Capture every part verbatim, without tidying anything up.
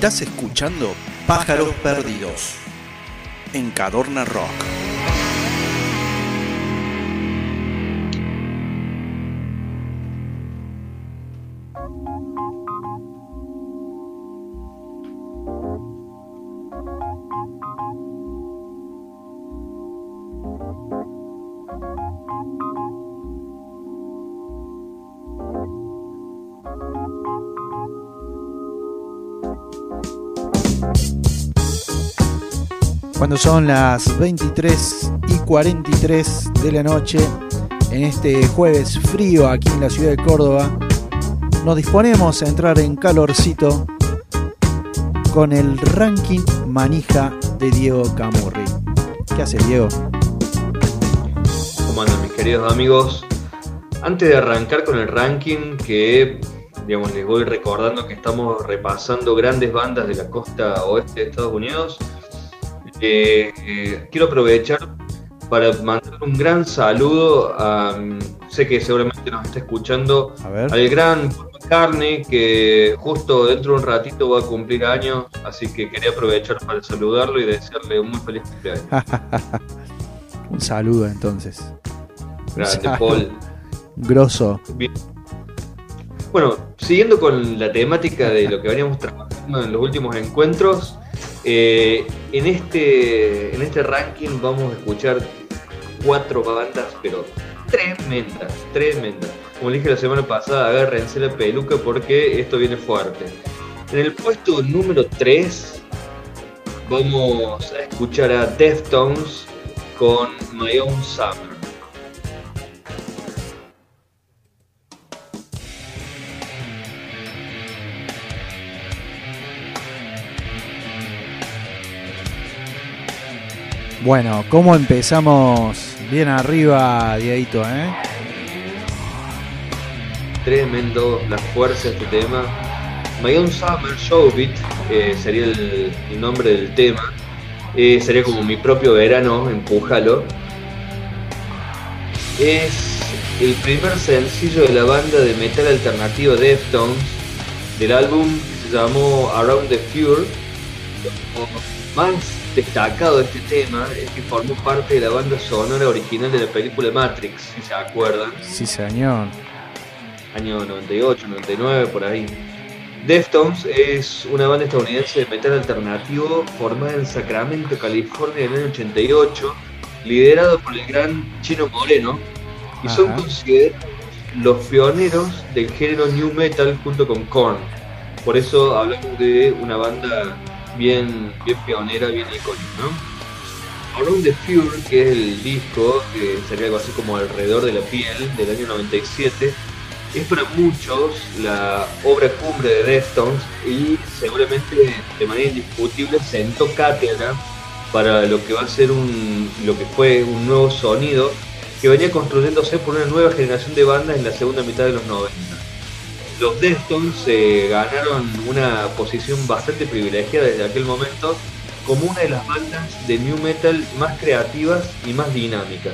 Estás escuchando Pájaros Perdidos en Cadorna Rock. Cuando son las veintitrés y cuarenta y tres de la noche, en este jueves frío aquí en la ciudad de Córdoba, nos disponemos a entrar en calorcito con el ranking manija de Diego Camurri. ¿Qué hace, Diego? ¿Cómo andan, mis queridos amigos? Antes de arrancar con el ranking, que digamos, les voy recordando que estamos repasando grandes bandas de la costa oeste de Estados Unidos. Eh, eh, quiero aprovechar para mandar un gran saludo a, sé que seguramente nos está escuchando, al gran Paul McCartney, que justo dentro de un ratito va a cumplir años, así que quería aprovechar para saludarlo y desearle un muy feliz cumpleaños. Un saludo entonces. Grande, Paul. Grosso. Bien. Bueno, siguiendo con la temática de lo que veníamos trabajando en los últimos encuentros, Eh, en este en este ranking vamos a escuchar cuatro bandas, pero tremendas, tremendas. Como dije la semana pasada, agárrense la peluca porque esto viene fuerte. En el puesto número tres vamos a escuchar a Deftones con My Own Summer. Bueno, ¿cómo empezamos bien arriba, Dieguito, eh? Tremendo la fuerza de este tema. My Own Summer, Showbeat, eh, sería el, el nombre del tema. Eh, sería como mi propio verano, empújalo. Es el primer sencillo de la banda de metal alternativo Deftones, del álbum que se llamó Around the Fure. Más destacado de este tema es que formó parte de la banda sonora original de la película Matrix, si se acuerdan. Sí, señor. Año noventa y ocho, noventa y nueve, por ahí. Deftones es una banda estadounidense de metal alternativo formada en Sacramento, California, en el año ochenta y ocho, liderado por el gran Chino Moreno, y son Ajá. considerados los pioneros del género new metal junto con Korn. Por eso hablamos de una banda bien, bien pionera, bien icónica, ¿no? Around the Fure, que es el disco, que sería algo así como Alrededor de la piel, del año noventa y siete, es para muchos la obra cumbre de Deftones y seguramente de manera indiscutible sentó cátedra para lo que va a ser un, lo que fue un nuevo sonido que venía construyéndose por una nueva generación de bandas en la segunda mitad de los noventa. Los Deftones eh, ganaron una posición bastante privilegiada desde aquel momento como una de las bandas de new metal más creativas y más dinámicas.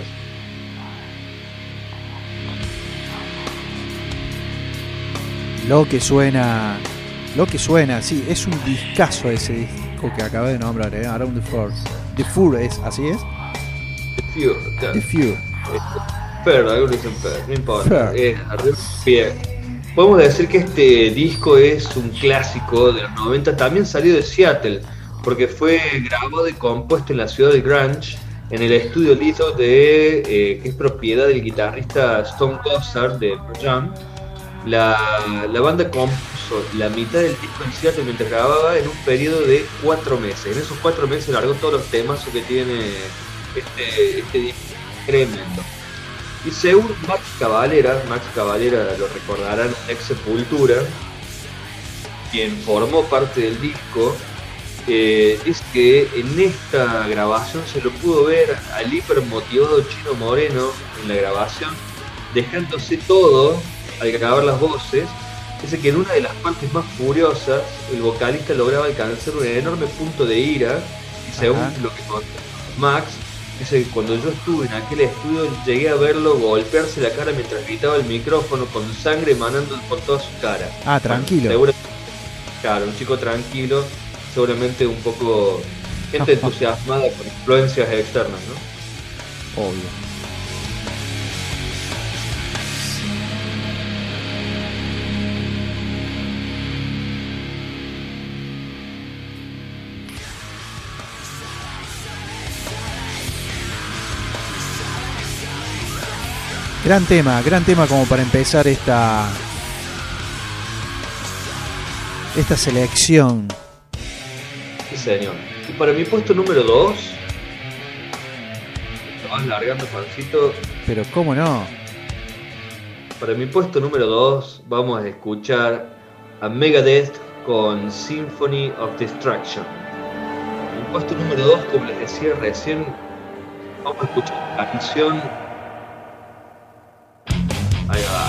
Lo que suena, lo que suena, sí, es un discazo ese disco que acabé de nombrar, ¿eh? Around the Fure. The Fure es, ¿así es? The Fure, claro. The Fure. Fure, algunos dicen Fure, no importa. Eh, bien. Podemos decir que este disco es un clásico de los noventa, también salió de Seattle, porque fue grabado y compuesto en la ciudad de Grunge, en el estudio Lithos de, eh, que es propiedad del guitarrista Stone Gossard de Pearl Jam. La, la banda compuso la mitad del disco en Seattle mientras grababa en un periodo de cuatro meses. En esos cuatro meses largó todos los temas que tiene este, este disco, tremendo. Y según Max Cavalera, Max Cavalera lo recordarán, ex Sepultura, quien formó parte del disco, eh, es que en esta grabación se lo pudo ver al hipermotivado Chino Moreno en la grabación, dejándose todo al grabar las voces. Dice que en una de las partes más furiosas, el vocalista lograba alcanzar un enorme punto de ira, y según Ajá. lo que contó Max, dice que cuando yo estuve en aquel estudio llegué a verlo golpearse la cara mientras gritaba el micrófono con sangre emanando por toda su cara. Ah, tranquilo. Seguro, claro, un chico tranquilo, seguramente un poco gente entusiasmada con influencias externas, ¿no? Obvio. Gran tema, gran tema como para empezar esta esta selección. Sí, señor. Y para mi puesto número dos, te vas largando, Juancito. Pero cómo no. Para mi puesto número dos vamos a escuchar a Megadeth con Symphony of Destruction. En mi puesto número dos, como les decía recién, vamos a escuchar la canción. Ahí va.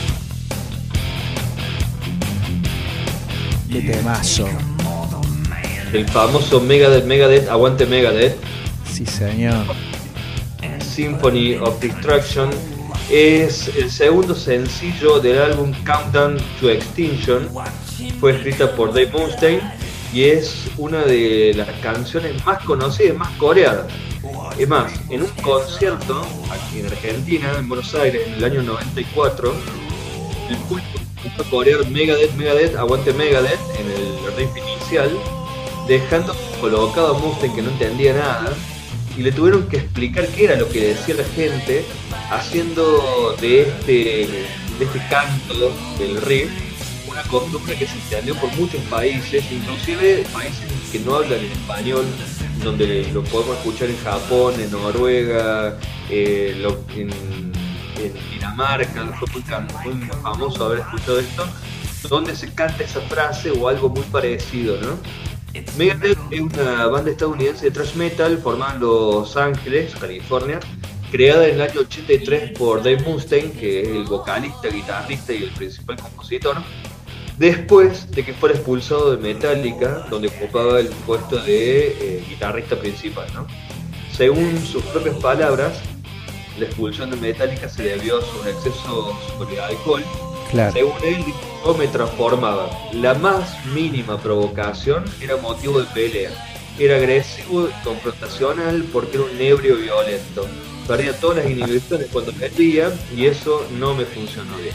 Qué temazo. El famoso Megadeth, Megadeth, aguante Megadeth. Sí, señor. Symphony of Destruction es el segundo sencillo del álbum Countdown to Extinction. Fue escrita por Dave Mustaine y es una de las canciones más conocidas, más coreadas. Es más, en un concierto aquí en Argentina, en Buenos Aires, en el año noventa y cuatro, el público empezó a corear Megadeth, Megadeth, aguante Megadeth en el riff inicial, dejando colocado a Mustaine que no entendía nada, y le tuvieron que explicar qué era lo que decía la gente, haciendo de este, de este canto del riff una costumbre que se extendió por muchos países, inclusive países que no hablan español, donde lo podemos escuchar en Japón, en Noruega, eh, lo, en, en Dinamarca. Fue muy, muy famoso haber escuchado esto, donde se canta esa frase o algo muy parecido, ¿no? Megadeth es una banda estadounidense de thrash metal formada en Los Ángeles, California, creada en el año ochenta y tres por Dave Mustaine, que es el vocalista, guitarrista y el principal compositor, después de que fuera expulsado de Metallica, donde ocupaba el puesto de eh, guitarrista principal, ¿no? Según sus propias palabras, la expulsión de Metallica se debió a sus excesos sobre alcohol. Claro. Según él, yo me transformaba. La más mínima provocación era motivo de pelea. Era agresivo y confrontacional porque era un ebrio violento. Perdía todas las inhibiciones cuando perdía y eso no me funcionó bien.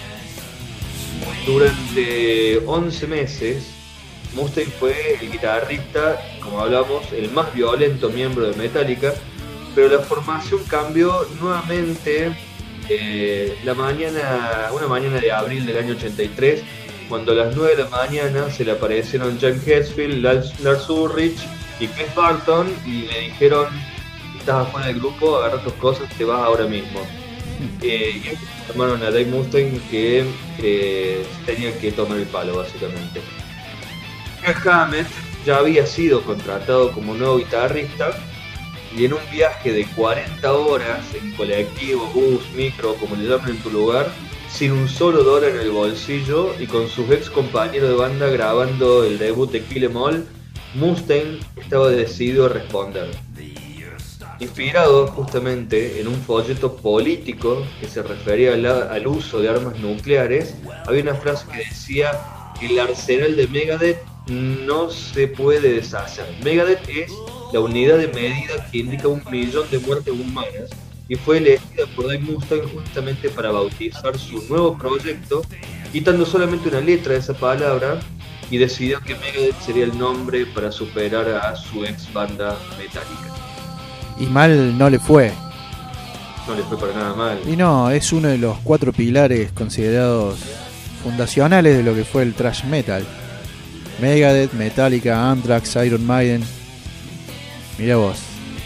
Durante once meses, Mustaine fue el guitarrista, como hablamos, el más violento miembro de Metallica, pero la formación cambió nuevamente eh, la mañana, una mañana de abril del año ochenta y tres, cuando a las nueve de la mañana se le aparecieron James Hetfield, Lars, Lars Ulrich y Cliff Burton y le dijeron: estás afuera del grupo, agarra tus cosas, te vas ahora mismo. Eh, y llamaron a Dave Mustaine que eh, tenía que tomar el palo, básicamente. Kirk Hammett ya había sido contratado como nuevo guitarrista y en un viaje de cuarenta horas en colectivo, bus, micro, como le llaman en tu lugar, sin un solo dólar en el bolsillo y con sus ex compañeros de banda grabando el debut de Kill 'Em All, Mustaine estaba decidido a responder. Inspirado justamente en un folleto político que se refería al, al uso de armas nucleares, había una frase que decía: el arsenal de Megadeth no se puede deshacer. Megadeth es la unidad de medida que indica un millón de muertes humanas y fue elegida por Dave Mustaine justamente para bautizar su nuevo proyecto, quitando solamente una letra de esa palabra, y decidió que Megadeth sería el nombre para superar a su ex banda Metallica. Y mal no le fue. No le fue para nada mal. Y no, es uno de los cuatro pilares considerados fundacionales de lo que fue el thrash metal. Megadeth, Metallica, Anthrax, Iron Maiden. Mirá vos.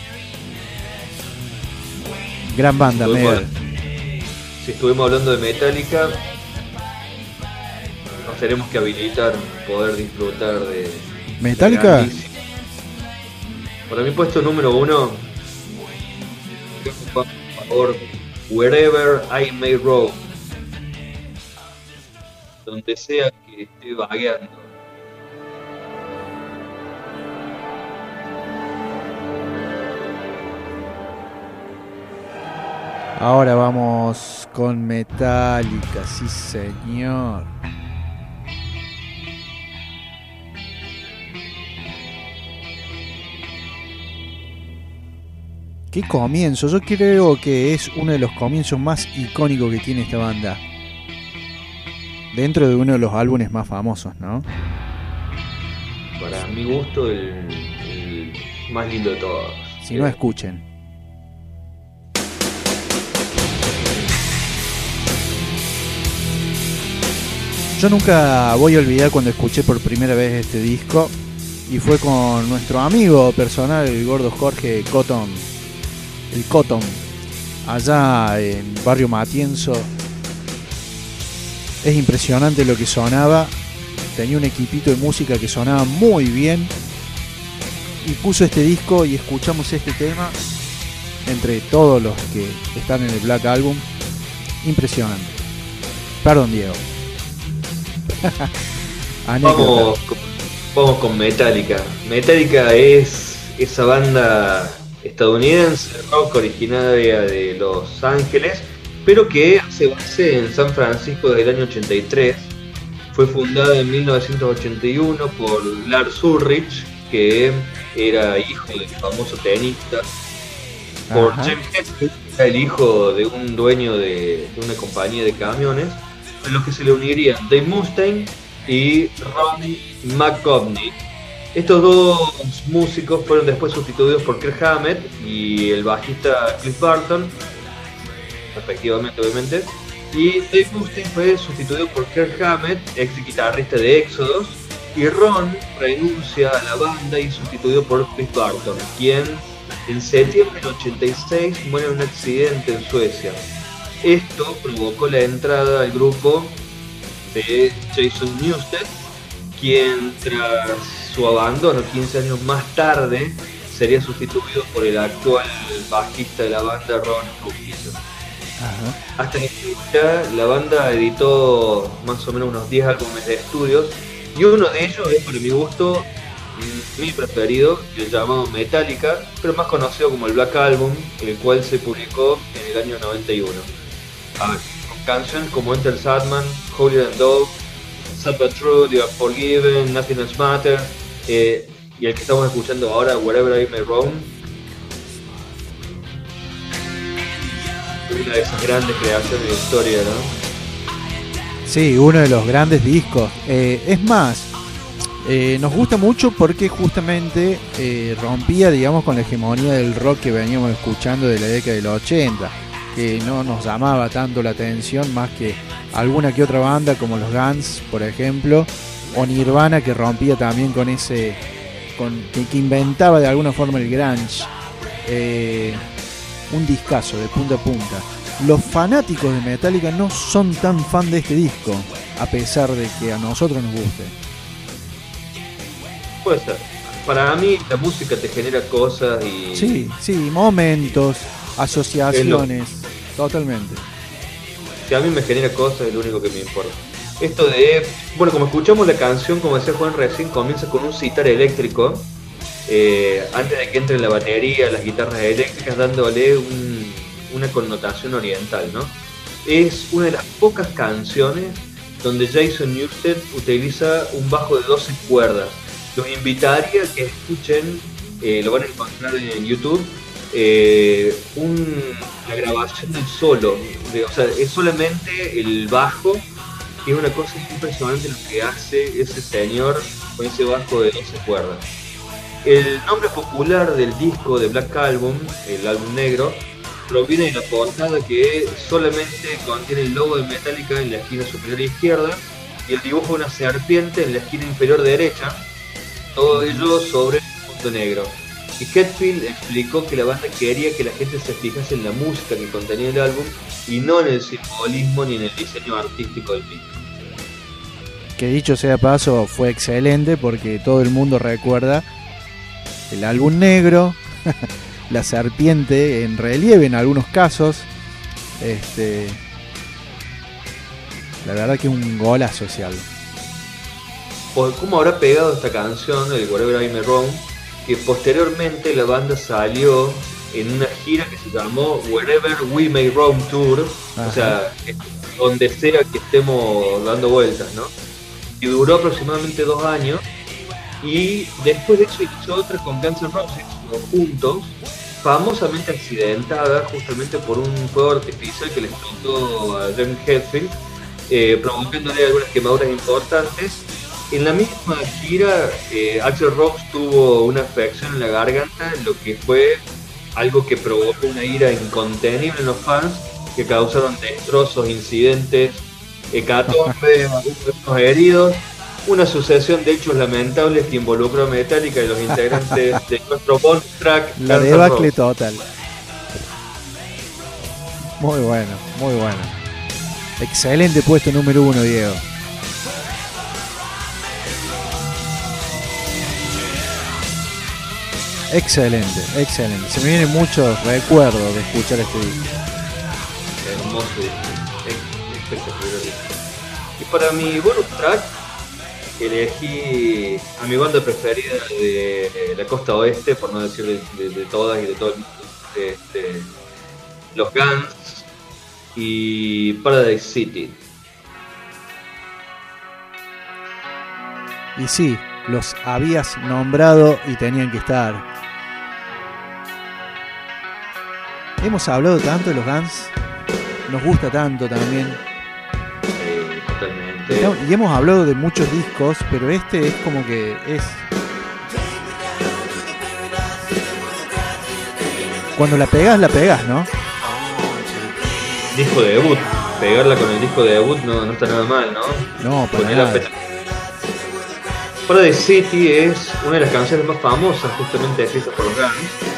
Gran banda, si Megadeth. Si estuvimos hablando de Metallica, nos tenemos que habilitar poder disfrutar de ¿Metallica? De para mi puesto número uno, por favor, Wherever I May Roam, donde sea que esté vagueando. Ahora vamos con Metallica, sí señor. Qué comienzo. Yo creo que es uno de los comienzos más icónicos que tiene esta banda. Dentro de uno de los álbumes más famosos, ¿no? Para mi gusto, el, el más lindo de todos. Si no, escuchen. Yo nunca voy a olvidar cuando escuché por primera vez este disco. Y fue con nuestro amigo personal, el gordo Jorge Cotton. El Cotton. Allá en Barrio Matienzo. Es impresionante lo que sonaba. Tenía un equipito de música que sonaba muy bien. Y puso este disco y escuchamos este tema. Entre todos los que están en el Black Album. Impresionante. Perdón, Diego. vamos, con, vamos con Metallica. Metallica es esa banda estadounidense, rock originaria de Los Ángeles, pero que se base en San Francisco desde el año ochenta y tres. Fue fundada en mil novecientos ochenta y uno por Lars Ulrich, que era hijo del famoso tenista, por James Hetfield, que era el hijo de un dueño de, de una compañía de camiones, a los que se le unirían Dave Mustaine y Ron McGovney. Estos dos músicos fueron después sustituidos por Kirk Hammett y el bajista Cliff Burton, respectivamente, obviamente. Y Dave Mustaine fue sustituido por Kirk Hammett, ex guitarrista de Exodus, y Ron renuncia a la banda y sustituido por Cliff Burton, quien en septiembre del ochenta y seis muere en un accidente en Suecia. Esto provocó la entrada al grupo de Jason Newsted, quien tras su abandono quince años más tarde sería sustituido por el actual bajista de la banda, Ron Hutchison. Hasta que ya la banda editó más o menos unos diez álbumes de estudios, y uno de ellos es, por mi gusto, mi preferido, el llamado Metallica, pero más conocido como el Black Album, el cual se publicó en el año noventa y uno. A ver, con canciones como Enter Sandman, Holier Than Dog, Sad But True, You Are Forgiven, Nothing Else Matters, eh, y el que estamos escuchando ahora, Wherever I May Roam. Una de esas grandes creaciones de la historia, ¿no? Sí, uno de los grandes discos. Eh, es más, eh, nos gusta mucho porque justamente eh, rompía, digamos, con la hegemonía del rock que veníamos escuchando de la década del ochenta, que no nos llamaba tanto la atención más que alguna que otra banda como los Guns, por ejemplo, o Nirvana, que rompía también con ese, con que, que inventaba de alguna forma el grunge. Eh, un discazo de punta a punta. Los fanáticos de Metallica no son tan fan de este disco, a pesar de que a nosotros nos guste. Puede ser. Para mí la música te genera cosas y... Sí, sí, momentos, asociaciones, totalmente. Si a mí me genera cosas, es lo único que me importa. Esto de... Bueno, como escuchamos la canción, como decía Juan recién, comienza con un sitar eléctrico. Eh, antes de que entre la batería, las guitarras eléctricas, dándole un, una connotación oriental, ¿no? Es una de las pocas canciones donde Jason Newsted utiliza un bajo de doce cuerdas. Los invitaría a que escuchen, eh, lo van a encontrar en YouTube, eh, un, la grabación del solo, de, o sea, es solamente el bajo, y es una cosa impresionante lo que hace ese señor con ese bajo de doce cuerdas. El nombre popular del disco de Black Album, el álbum negro, proviene de la portada, que solamente contiene el logo de Metallica en la esquina superior izquierda y el dibujo de una serpiente en la esquina inferior derecha, todo ello sobre un fondo negro. Y Hetfield explicó que la banda quería que la gente se fijase en la música que contenía el álbum y no en el simbolismo ni en el diseño artístico del mismo. Que dicho sea paso, fue excelente porque todo el mundo recuerda el álbum negro, la serpiente en relieve en algunos casos. Este, la verdad que es un golazo ese álbum. Pues, ¿cómo habrá pegado esta canción, el Wherever I May Roam? Que posteriormente la banda salió en una gira que se llamó Wherever We May Roam Tour. Ajá. O sea, donde sea que estemos dando vueltas, ¿no? Y duró aproximadamente dos años. Y después de eso hizo otra con Guns N' Roses, juntos, famosamente accidentada justamente por un fuego artificial que le explotó a James Hetfield, eh, provocándole algunas quemaduras importantes. En la misma gira, eh, Axl Rose tuvo una afección en la garganta, lo que fue algo que provocó una ira incontenible en los fans, que causaron destrozos, incidentes, hecatombe, algunos heridos, una sucesión de hechos lamentables que involucró a Metallica y los integrantes de nuestro bonus track. La debacle total. Muy bueno, muy bueno. Excelente puesto número uno, Diego. Excelente, excelente. Se me vienen muchos recuerdos de escuchar este disco. Hermoso disco, espectacular. Y para mi bonus track elegí a mi banda preferida de la costa oeste, por no decir de, de, de todas y de todo el mundo, este, los Guns y Paradise City. Y sí, los habías nombrado y tenían que estar. Hemos hablado tanto de los Guns, nos gusta tanto también. Eh, totalmente. Y hemos hablado de muchos discos, pero este es como que es... Cuando la pegas, la pegas, ¿no? Disco de debut. Pegarla con el disco de debut no, no está nada mal, ¿no? No, para Poner nada. Paradise City es una de las canciones más famosas justamente escritas por los Guns.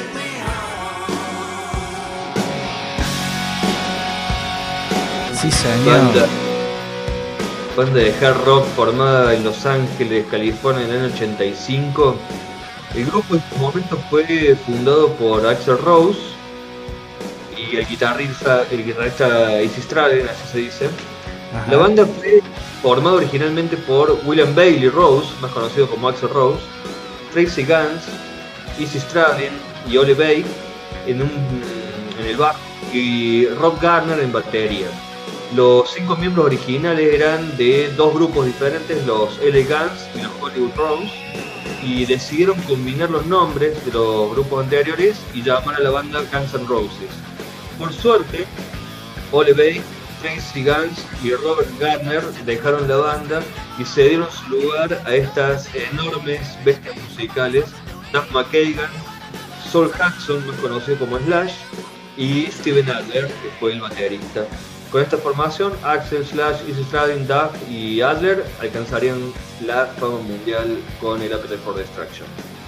Sí, señor. Banda, banda de hard rock formada en Los Ángeles, California en el año ochenta y cinco. El grupo en su momento fue fundado por Axl Rose y el guitarrista, el guitarrista Izzy Stradlin, así se dice. Ajá. La banda fue formada originalmente por William Bailey Rose, más conocido como Axl Rose, Tracy Guns, Izzy Stradlin y Ole Bay en, un, en el bajo y Rob Garner en batería. Los cinco miembros originales eran de dos grupos diferentes, los L A Guns y los Hollywood Rose, y decidieron combinar los nombres de los grupos anteriores y llamar a la banda Guns N' Roses. Por suerte, Ole Bay, Tracy Guns y Robert Garner dejaron la banda y cedieron su lugar a estas enormes bestias musicales, Duff McKagan, Saul Jackson, más conocido como Slash, y Steven Adler, que fue el baterista. Con esta formación, Axl, Slash, Izzy Stradlin, Duff y Adler alcanzarían la fama mundial con el Appetite for Destruction.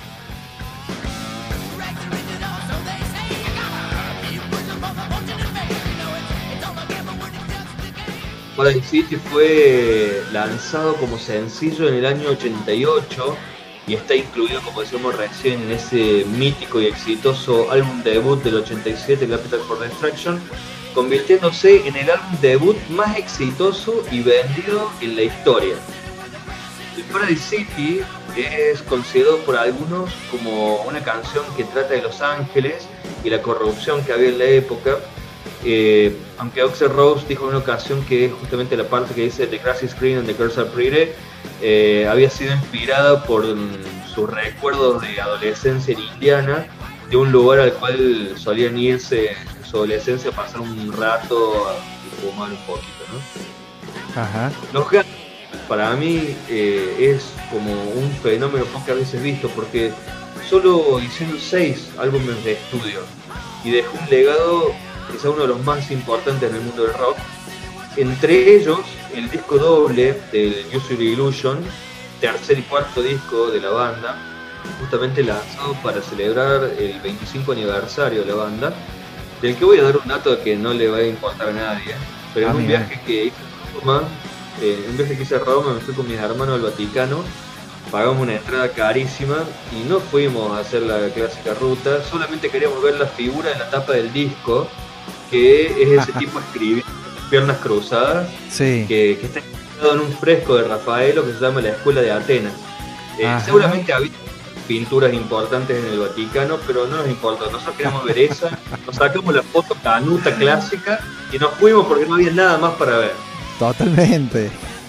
Paradise City fue lanzado como sencillo en el año ochenta y ocho y está incluido, como decíamos recién, en ese mítico y exitoso álbum debut del ochenta y siete, el Appetite for Destruction, convirtiéndose en el álbum debut más exitoso y vendido en la historia. El Paradise City es considerado por algunos como una canción que trata de Los Ángeles y la corrupción que había en la época, eh, aunque Axl Rose dijo en una ocasión que justamente la parte que dice The grass is green and the girls are pretty eh, había sido inspirada por um, sus recuerdos de adolescencia en Indiana, de un lugar al cual solían irse en su adolescencia a pasar un rato y fumar un poquito, ¿no? Ajá. Los Guns, para mí, eh, es como un fenómeno pocas veces visto, porque solo hicieron seis álbumes de estudio y dejó un legado quizá uno de los más importantes en el mundo del rock, entre ellos el disco doble del Use Your Illusion, tercer y cuarto disco de la banda, justamente lanzado para celebrar el veinticinco aniversario de la banda, del que voy a dar un dato que no le va a importar a nadie, pero en un viaje que hice a Roma, eh, un viaje que hice a Roma, me fui con mis hermanos al Vaticano, pagamos una entrada carísima y no fuimos a hacer la clásica ruta, solamente queríamos ver la figura en la tapa del disco, que es ese tipo escribiendo piernas cruzadas, sí. que, que está inspirado en un fresco de Rafaelo que se llama La Escuela de Atenas. Eh, seguramente había pinturas importantes en el Vaticano, pero no nos importa, nosotros queríamos ver esa, nos sacamos la foto canuta clásica y nos fuimos porque no había nada más para ver. Totalmente.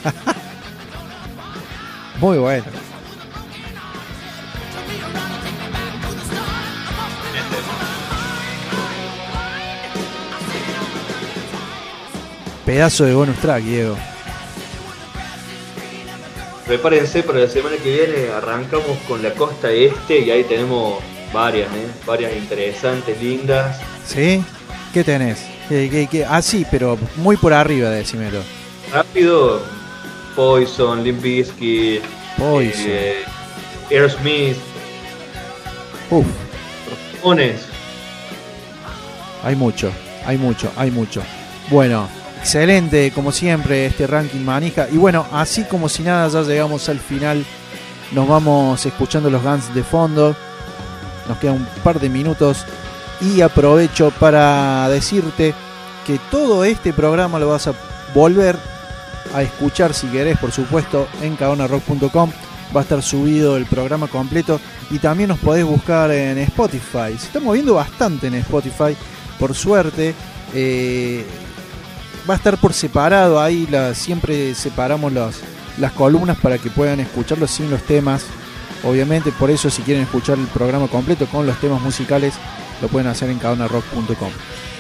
Muy bueno. Pedazo de bonus track, Diego. Prepárense para la semana que viene, arrancamos con la costa este y ahí tenemos varias, ¿eh? Varias interesantes, lindas. ¿Sí? ¿Qué tenés? ¿Qué, qué, qué? Ah, sí, pero muy por arriba, decímelo. Rápido, Poison, Limp Bizkit, Poison, eh, Aerosmith, Uf, Ramones. Hay mucho, hay mucho, hay mucho. Bueno, excelente, como siempre, este ranking manija. Y bueno, así como si nada, ya llegamos al final. Nos vamos escuchando los Guns de fondo. Nos queda un par de minutos. Y aprovecho para decirte que todo este programa lo vas a volver a escuchar, si querés, por supuesto, en cadona rock punto com. Va a estar subido el programa completo. Y también nos podés buscar en Spotify. Se está moviendo bastante en Spotify, por suerte. Eh, va a estar por separado. Ahí la, siempre separamos los, las columnas para que puedan escucharlo sin los temas. Obviamente, por eso si quieren escuchar el programa completo con los temas musicales, lo pueden hacer en cadona rock punto com.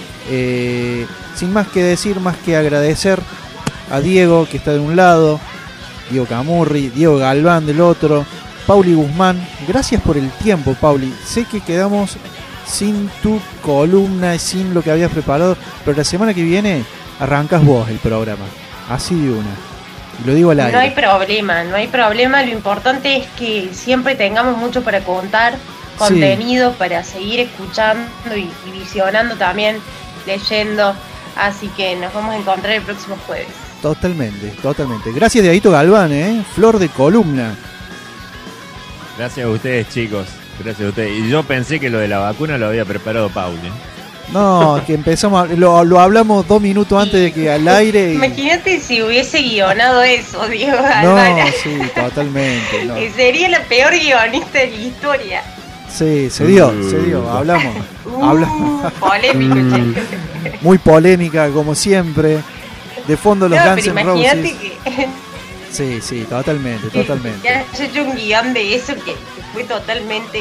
Eh, sin más que decir, más que agradecer a Diego, que está de un lado, Diego Camurri, Diego Galván del otro, Pauli Guzmán. Gracias por el tiempo, Pauli. Sé que quedamos sin tu columna y sin lo que habías preparado, pero la semana que viene arrancas vos el programa, así de una. Y lo digo al aire. No hay problema, no hay problema. Lo importante es que siempre tengamos mucho para contar, contenido sí, para seguir escuchando y, y visionando también, leyendo. Así que nos vamos a encontrar el próximo jueves. Totalmente, totalmente. Gracias, Dieguito Galván, ¿eh? Flor de columna. Gracias a ustedes, chicos. Gracias a ustedes. Y yo pensé que lo de la vacuna lo había preparado Pauli. No, que empezamos, a, lo, lo hablamos dos minutos antes de que al aire. Y... Imagínate si hubiese guionado eso, Diego No, Galván. sí, totalmente. No. Sería la peor guionista de la historia. Sí, se dio, uh, se dio. Hablamos. Uh, hablamos. Polémico, che. Muy polémica, como siempre. De fondo los no, Guns N' Roses. Que... Sí, sí, totalmente, totalmente. Que has hecho un guión de eso que, que fue totalmente...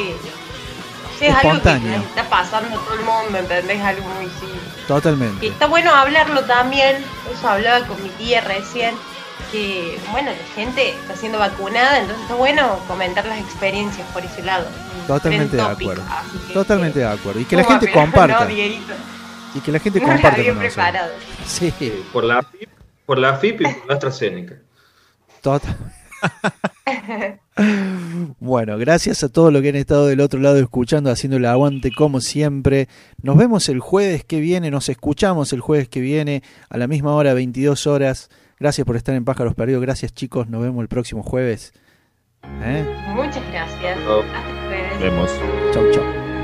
Es espontáneo. Algo que está pasando a todo el mundo, ¿entendés? Algo muy sí. Totalmente. Y está bueno hablarlo también. Eso hablaba con mi tía recién. Que, bueno, la gente está siendo vacunada, entonces está bueno comentar las experiencias por ese lado. Totalmente de topic, acuerdo. Que, Totalmente de acuerdo. Y que la ¿cómo? gente Pero comparta. No, Dieguito. Y que la gente no comparta. La había con preparado. Sí. Por la F I P, por la F I P y por la AstraZeneca. Total. Bueno, gracias a todos los que han estado del otro lado escuchando, haciendo el aguante como siempre. Nos vemos el jueves que viene, nos escuchamos el jueves que viene a la misma hora, veintidós horas. Gracias por estar en Pájaros Perdidos. Gracias, chicos, nos vemos el próximo jueves. ¿Eh? Muchas gracias. Oh. Hasta el jueves. Vemos. Chau, chau.